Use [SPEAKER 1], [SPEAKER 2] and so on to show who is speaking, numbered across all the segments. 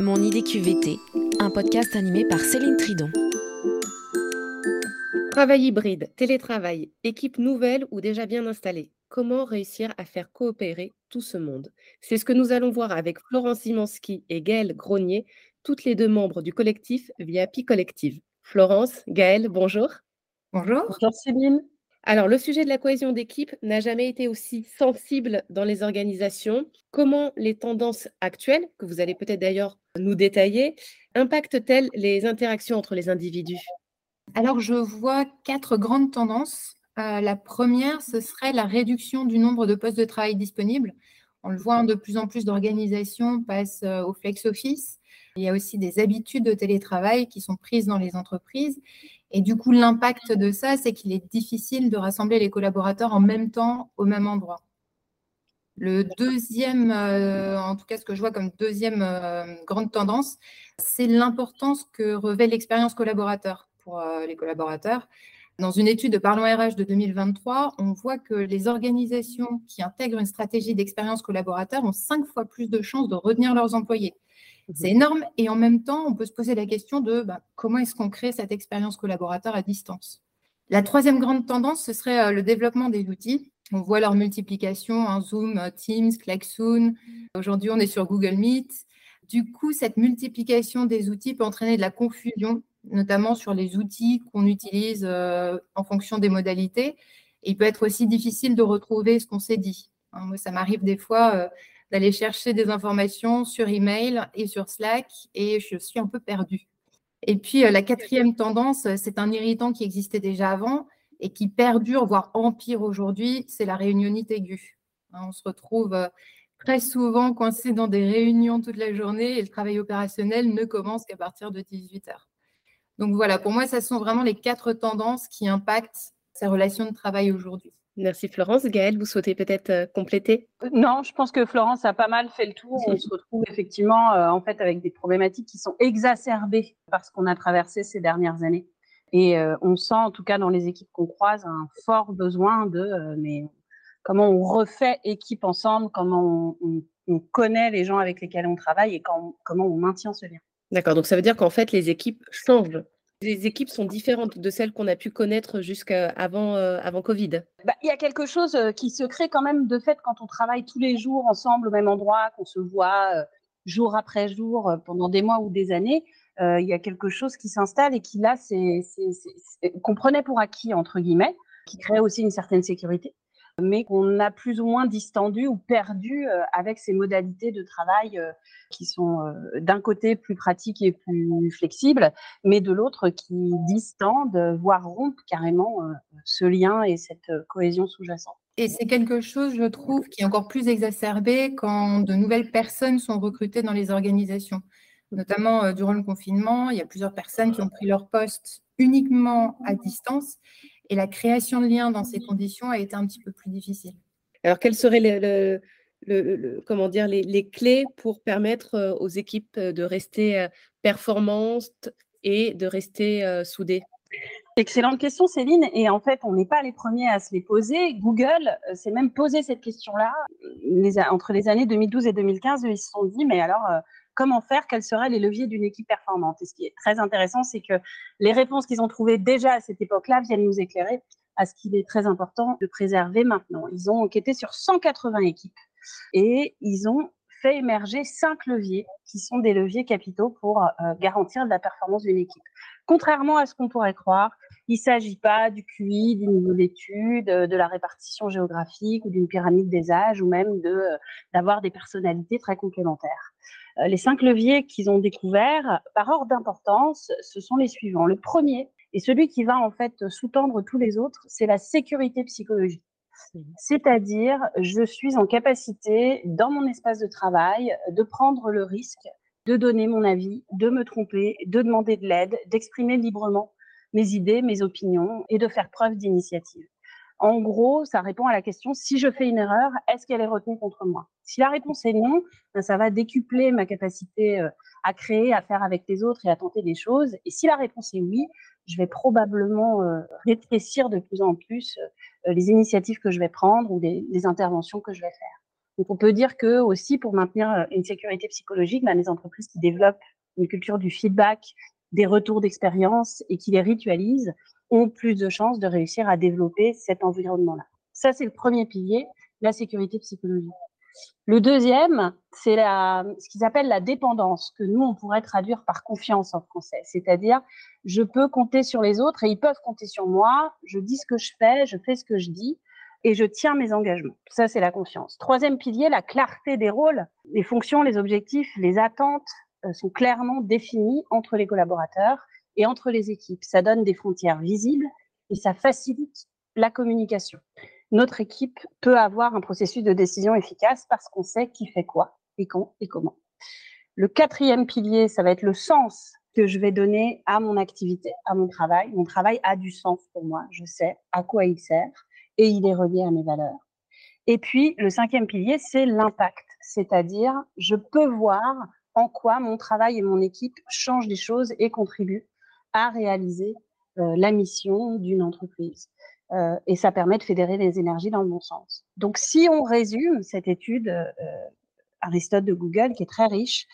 [SPEAKER 1] Mon idée QVT, un podcast animé par Céline Tridon.
[SPEAKER 2] Travail hybride, télétravail, équipe nouvelle ou déjà bien installée. Comment réussir à faire coopérer tout ce monde? C'est ce que nous allons voir avec Florence Simanski et Gaëlle Gronier, toutes les deux membres du collectif via Pi Collective. Florence, Gaëlle, bonjour.
[SPEAKER 3] Bonjour.
[SPEAKER 4] Bonjour Céline.
[SPEAKER 2] Alors, le sujet de la cohésion d'équipe n'a jamais été aussi sensible dans les organisations. Comment les tendances actuelles, que vous allez peut-être d'ailleurs nous détailler, impactent-elles les interactions entre les individus?
[SPEAKER 3] Alors, je vois 4 grandes tendances. La première, ce serait la réduction du nombre de postes de travail disponibles. On le voit, de plus en plus d'organisations passent au flex office. Il y a aussi des habitudes de télétravail qui sont prises dans les entreprises. Et du coup, l'impact de ça, c'est qu'il est difficile de rassembler les collaborateurs en même temps au même endroit. Le deuxième, en tout cas ce que je vois comme deuxième grande tendance, c'est l'importance que revêt l'expérience collaborateur pour les collaborateurs. Dans une étude de Parlons RH de 2023, on voit que les organisations qui intègrent une stratégie d'expérience collaborateur ont 5 fois plus de chances de retenir leurs employés. C'est énorme et en même temps, on peut se poser la question de comment est-ce qu'on crée cette expérience collaborateur à distance. La troisième grande tendance, ce serait le développement des outils. On voit leur multiplication, Zoom, Teams, Klaxoon. Aujourd'hui, on est sur Google Meet. Du coup, cette multiplication des outils peut entraîner de la confusion, notamment sur les outils qu'on utilise en fonction des modalités. Et il peut être aussi difficile de retrouver ce qu'on s'est dit. Moi, ça m'arrive des fois d'aller chercher des informations sur email et sur Slack et je suis un peu perdue. Et puis, la quatrième tendance, c'est un irritant qui existait déjà avant et qui perdure, voire empire aujourd'hui, c'est la réunionnite aiguë. On se retrouve très souvent coincé dans des réunions toute la journée et le travail opérationnel ne commence qu'à partir de 18h. Donc voilà, pour moi, ce sont vraiment les 4 tendances qui impactent ces relations de travail aujourd'hui.
[SPEAKER 2] Merci Florence. Gaëlle, vous souhaitez peut-être compléter?
[SPEAKER 4] Non, je pense que Florence a pas mal fait le tour. On se retrouve effectivement en fait avec des problématiques qui sont exacerbées par ce qu'on a traversé ces dernières années. Et on sent en tout cas dans les équipes qu'on croise un fort besoin de mais comment on refait équipe ensemble, comment on connaît les gens avec lesquels on travaille et comment on maintient ce lien.
[SPEAKER 2] D'accord, donc ça veut dire qu'en fait les équipes changent. Les équipes sont différentes de celles qu'on a pu connaître jusqu'avant avant Covid.
[SPEAKER 4] Il y a quelque chose qui se crée quand même de fait quand on travaille tous les jours ensemble au même endroit, qu'on se voit jour après jour pendant des mois ou des années. Il y a quelque chose qui s'installe et qui là, qu'on prenait pour acquis, entre guillemets, qui crée aussi une certaine sécurité, mais qu'on a plus ou moins distendu ou perdu avec ces modalités de travail qui sont d'un côté plus pratiques et plus flexibles, mais de l'autre qui distendent, voire rompent carrément ce lien et cette cohésion sous-jacente.
[SPEAKER 3] Et c'est quelque chose, je trouve, qui est encore plus exacerbé quand de nouvelles personnes sont recrutées dans les organisations. Notamment durant le confinement, il y a plusieurs personnes qui ont pris leur poste uniquement à distance et la création de liens dans ces conditions a été un petit peu plus difficile.
[SPEAKER 2] Alors, quelles seraient les clés pour permettre aux équipes de rester performantes et de rester soudées?
[SPEAKER 4] Excellente question, Céline. Et en fait, on n'est pas les premiers à se les poser. Google s'est même posé cette question-là. Entre les années 2012 et 2015, ils se sont dit, mais alors, comment faire? Quels seraient les leviers d'une équipe performante? Et ce qui est très intéressant, c'est que les réponses qu'ils ont trouvées déjà à cette époque-là viennent nous éclairer à ce qu'il est très important de préserver maintenant. Ils ont enquêté sur 180 équipes et ils ont fait émerger 5 leviers qui sont des leviers capitaux pour garantir la performance d'une équipe. Contrairement à ce qu'on pourrait croire, il ne s'agit pas du QI, du niveau d'études, de la répartition géographique ou d'une pyramide des âges ou même d'avoir des personnalités très complémentaires. Les 5 leviers qu'ils ont découverts, par ordre d'importance, ce sont les suivants. Le premier, et celui qui va en fait sous-tendre tous les autres, c'est la sécurité psychologique. C'est-à-dire, je suis en capacité, dans mon espace de travail, de prendre le risque de donner mon avis, de me tromper, de demander de l'aide, d'exprimer librement mes idées, mes opinions et de faire preuve d'initiative. En gros, ça répond à la question, si je fais une erreur, est-ce qu'elle est retenue contre moi? Si la réponse est non, ça va décupler ma capacité à créer, à faire avec les autres et à tenter des choses. Et si la réponse est oui, je vais probablement rétrécir de plus en plus les initiatives que je vais prendre ou les interventions que je vais faire. Donc, on peut dire que aussi, pour maintenir une sécurité psychologique, les entreprises qui développent une culture du feedback, des retours d'expérience et qui les ritualisent ont plus de chances de réussir à développer cet environnement-là. Ça, c'est le premier pilier, la sécurité psychologique. Le deuxième, c'est ce qu'ils appellent la dépendance, que nous, on pourrait traduire par confiance en français. C'est-à-dire, je peux compter sur les autres et ils peuvent compter sur moi. Je dis ce que je fais ce que je dis et je tiens mes engagements. Ça, c'est la confiance. Troisième pilier, la clarté des rôles. Les fonctions, les objectifs, les attentes sont clairement définis entre les collaborateurs et entre les équipes. Ça donne des frontières visibles et ça facilite la communication. Notre équipe peut avoir un processus de décision efficace parce qu'on sait qui fait quoi et quand et comment. Le quatrième pilier, ça va être le sens que je vais donner à mon activité, à mon travail. Mon travail a du sens pour moi. Je sais à quoi il sert et il est relié à mes valeurs. Et puis, le cinquième pilier, c'est l'impact. C'est-à-dire, je peux voir en quoi mon travail et mon équipe changent des choses et contribuent à réaliser la mission d'une entreprise. Et ça permet de fédérer les énergies dans le bon sens. Donc, si on résume cette étude Aristote de Google, qui est très riche,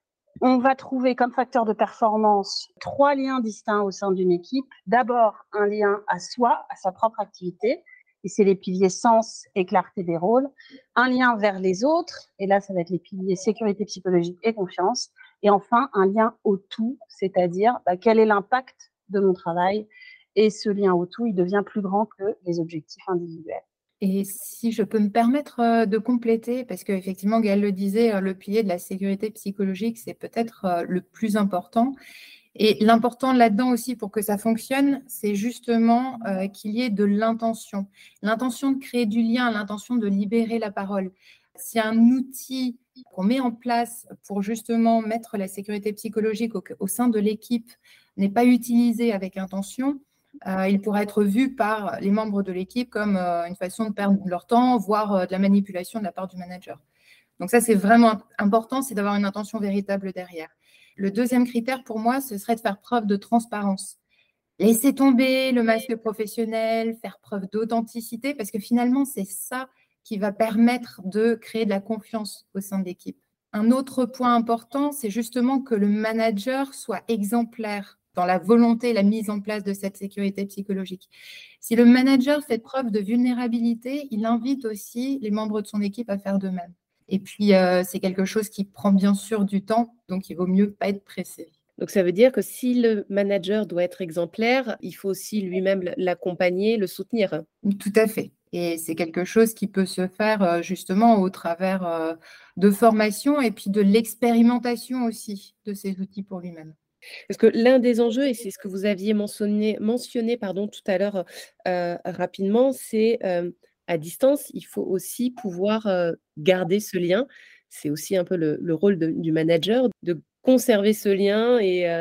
[SPEAKER 4] on va trouver comme facteur de performance 3 liens distincts au sein d'une équipe. D'abord, un lien à soi, à sa propre activité, et c'est les piliers sens et clarté des rôles. Un lien vers les autres, et là, ça va être les piliers sécurité psychologique et confiance. Et enfin, un lien au tout, c'est-à-dire quel est l'impact de mon travail. Et ce lien au tout, il devient plus grand que les objectifs individuels.
[SPEAKER 3] Et si je peux me permettre de compléter, parce qu'effectivement, Gaëlle le disait, le pilier de la sécurité psychologique, c'est peut-être le plus important. Et l'important là-dedans aussi pour que ça fonctionne, c'est justement qu'il y ait de l'intention. L'intention de créer du lien, l'intention de libérer la parole. S'il y a un outil qu'on met en place pour justement mettre la sécurité psychologique au sein de l'équipe n'est pas utilisé avec intention, il pourrait être vu par les membres de l'équipe comme une façon de perdre leur temps, voire de la manipulation de la part du manager. Donc ça, c'est vraiment important, c'est d'avoir une intention véritable derrière. Le deuxième critère pour moi, ce serait de faire preuve de transparence. Laisser tomber le masque professionnel, faire preuve d'authenticité, parce que finalement, c'est ça qui va permettre de créer de la confiance au sein de l'équipe. Un autre point important, c'est justement que le manager soit exemplaire dans la volonté et la mise en place de cette sécurité psychologique. Si le manager fait preuve de vulnérabilité, il invite aussi les membres de son équipe à faire de même. Et puis, c'est quelque chose qui prend bien sûr du temps, donc il vaut mieux pas être pressé.
[SPEAKER 2] Donc, ça veut dire que si le manager doit être exemplaire, il faut aussi lui-même l'accompagner, le soutenir.
[SPEAKER 3] Tout à fait. Et c'est quelque chose qui peut se faire justement au travers de formation et puis de l'expérimentation aussi de ces outils pour lui-même.
[SPEAKER 2] Parce que l'un des enjeux, et c'est ce que vous aviez mentionné tout à l'heure rapidement, c'est à distance, il faut aussi pouvoir garder ce lien. C'est aussi un peu le rôle du manager, de conserver ce lien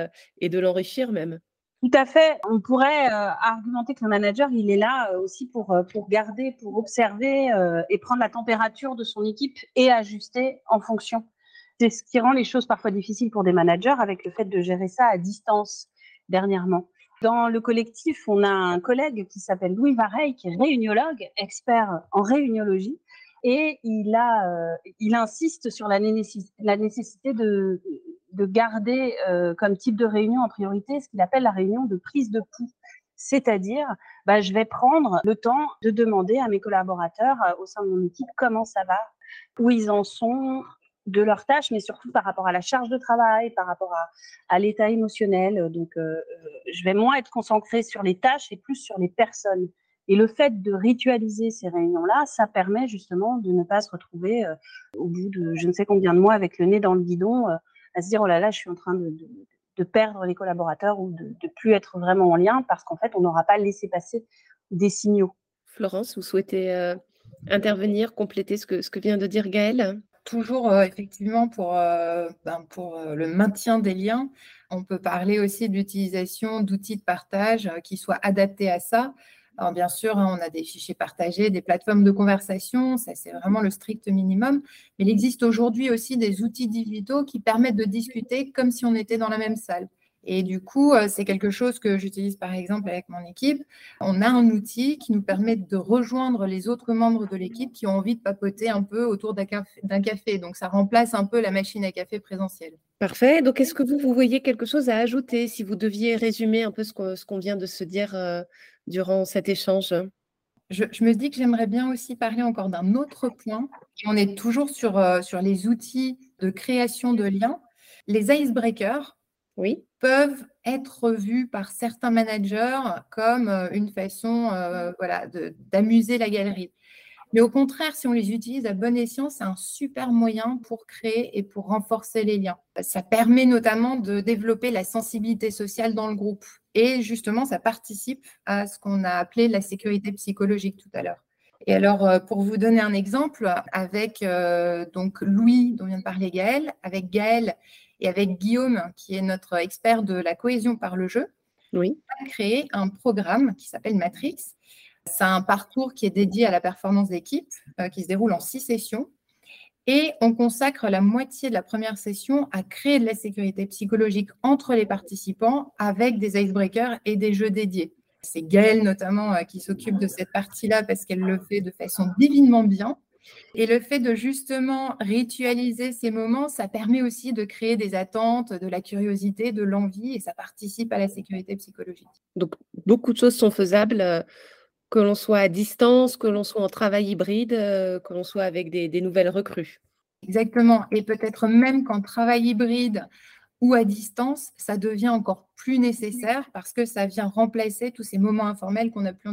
[SPEAKER 2] et de l'enrichir même.
[SPEAKER 4] Tout à fait. On pourrait argumenter que le manager, il est là aussi pour garder, pour observer et prendre la température de son équipe et ajuster en fonction. C'est ce qui rend les choses parfois difficiles pour des managers avec le fait de gérer ça à distance dernièrement. Dans le collectif, on a un collègue qui s'appelle Louis Vareille, qui est réuniologue, expert en réuniologie, et il insiste sur la nécessité de garder comme type de réunion en priorité ce qu'il appelle la réunion de prise de pouls. C'est-à-dire, je vais prendre le temps de demander à mes collaborateurs au sein de mon équipe comment ça va, où ils en sont de leurs tâches, mais surtout par rapport à la charge de travail, par rapport à l'état émotionnel. Donc, je vais moins être concentrée sur les tâches et plus sur les personnes. Et le fait de ritualiser ces réunions-là, ça permet justement de ne pas se retrouver au bout de je ne sais combien de mois avec le nez dans le guidon, à se dire « oh là là, je suis en train de perdre les collaborateurs ou de plus être vraiment en lien parce qu'en fait, on n'aura pas laissé passer des signaux. »
[SPEAKER 2] Florence, vous souhaitez intervenir, compléter ce que vient de dire Gaëlle ?
[SPEAKER 3] Toujours effectivement pour le maintien des liens, on peut parler aussi de l'utilisation d'outils de partage qui soient adaptés à ça. Alors bien sûr, on a des fichiers partagés, des plateformes de conversation, ça c'est vraiment le strict minimum. Mais il existe aujourd'hui aussi des outils digitaux qui permettent de discuter comme si on était dans la même salle. Et du coup, c'est quelque chose que j'utilise par exemple avec mon équipe. On a un outil qui nous permet de rejoindre les autres membres de l'équipe qui ont envie de papoter un peu autour d'un café. Donc, ça remplace un peu la machine à café présentielle.
[SPEAKER 2] Parfait. Donc, est-ce que vous voyez quelque chose à ajouter si vous deviez résumer un peu ce qu'on vient de se dire durant cet échange?
[SPEAKER 3] Je me dis que j'aimerais bien aussi parler encore d'un autre point. Et on est toujours sur les outils de création de liens. Les icebreakers
[SPEAKER 2] Oui,
[SPEAKER 3] peuvent être vus par certains managers comme une façon voilà, d'amuser la galerie. Mais au contraire, si on les utilise à bon escient, c'est un super moyen pour créer et pour renforcer les liens. Ça permet notamment de développer la sensibilité sociale dans le groupe. Et justement, ça participe à ce qu'on a appelé la sécurité psychologique tout à l'heure. Et alors, pour vous donner un exemple, avec donc Louis, dont vient de parler Gaël, avec Gaël et avec Guillaume, qui est notre expert de la cohésion par le jeu,
[SPEAKER 2] oui.
[SPEAKER 3] on a créé un programme qui s'appelle Matrix. C'est un parcours qui est dédié à la performance d'équipe, qui se déroule en 6 sessions. Et on consacre la moitié de la première session à créer de la sécurité psychologique entre les participants avec des icebreakers et des jeux dédiés. C'est Gaëlle notamment qui s'occupe de cette partie-là parce qu'elle le fait de façon divinement bien. Et le fait de justement ritualiser ces moments, ça permet aussi de créer des attentes, de la curiosité, de l'envie et ça participe à la sécurité psychologique.
[SPEAKER 2] Donc, beaucoup de choses sont faisables, que l'on soit à distance, que l'on soit en travail hybride, que l'on soit avec des nouvelles recrues.
[SPEAKER 3] Exactement. Et peut-être même qu'en travail hybride ou à distance, ça devient encore plus nécessaire parce que ça vient remplacer tous ces moments informels qu'on n'a plus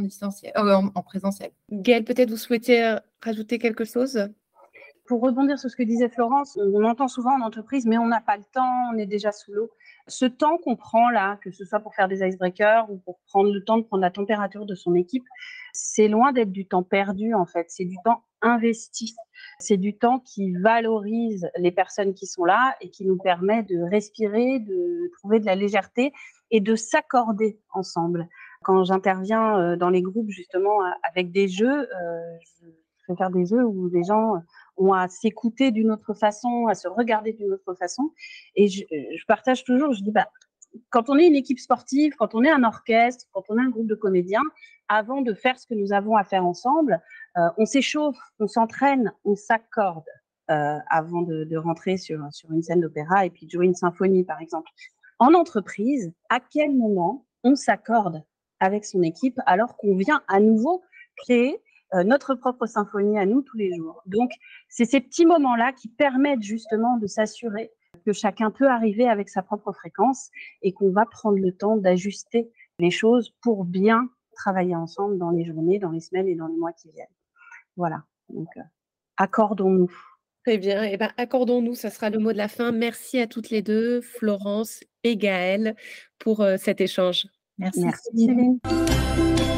[SPEAKER 3] en présentiel.
[SPEAKER 2] Gaëlle, peut-être vous souhaitez rajouter quelque chose?
[SPEAKER 4] Pour rebondir sur ce que disait Florence, on entend souvent en entreprise, mais on n'a pas le temps, on est déjà sous l'eau. Ce temps qu'on prend là, que ce soit pour faire des icebreakers ou pour prendre le temps de prendre la température de son équipe, c'est loin d'être du temps perdu en fait, c'est du temps investi. C'est du temps qui valorise les personnes qui sont là et qui nous permet de respirer, de trouver de la légèreté et de s'accorder ensemble. Quand j'interviens dans les groupes justement avec des jeux, je fais faire des jeux où les gens ont à s'écouter d'une autre façon, à se regarder d'une autre façon. Et je partage toujours, je dis, quand on est une équipe sportive, quand on est un orchestre, quand on est un groupe de comédiens, avant de faire ce que nous avons à faire ensemble, on s'échauffe, on s'entraîne, on s'accorde avant de rentrer sur une scène d'opéra et puis de jouer une symphonie, par exemple. En entreprise, à quel moment on s'accorde avec son équipe alors qu'on vient à nouveau créer notre propre symphonie à nous tous les jours. Donc, c'est ces petits moments-là qui permettent justement de s'assurer que chacun peut arriver avec sa propre fréquence et qu'on va prendre le temps d'ajuster les choses pour bien travailler ensemble dans les journées, dans les semaines et dans les mois qui viennent. Voilà, donc accordons-nous.
[SPEAKER 2] Très bien. Eh ben, accordons-nous, ça sera le mot de la fin. Merci à toutes les deux, Florence et Gaëlle, pour cet échange.
[SPEAKER 3] Merci.
[SPEAKER 4] Merci Céline.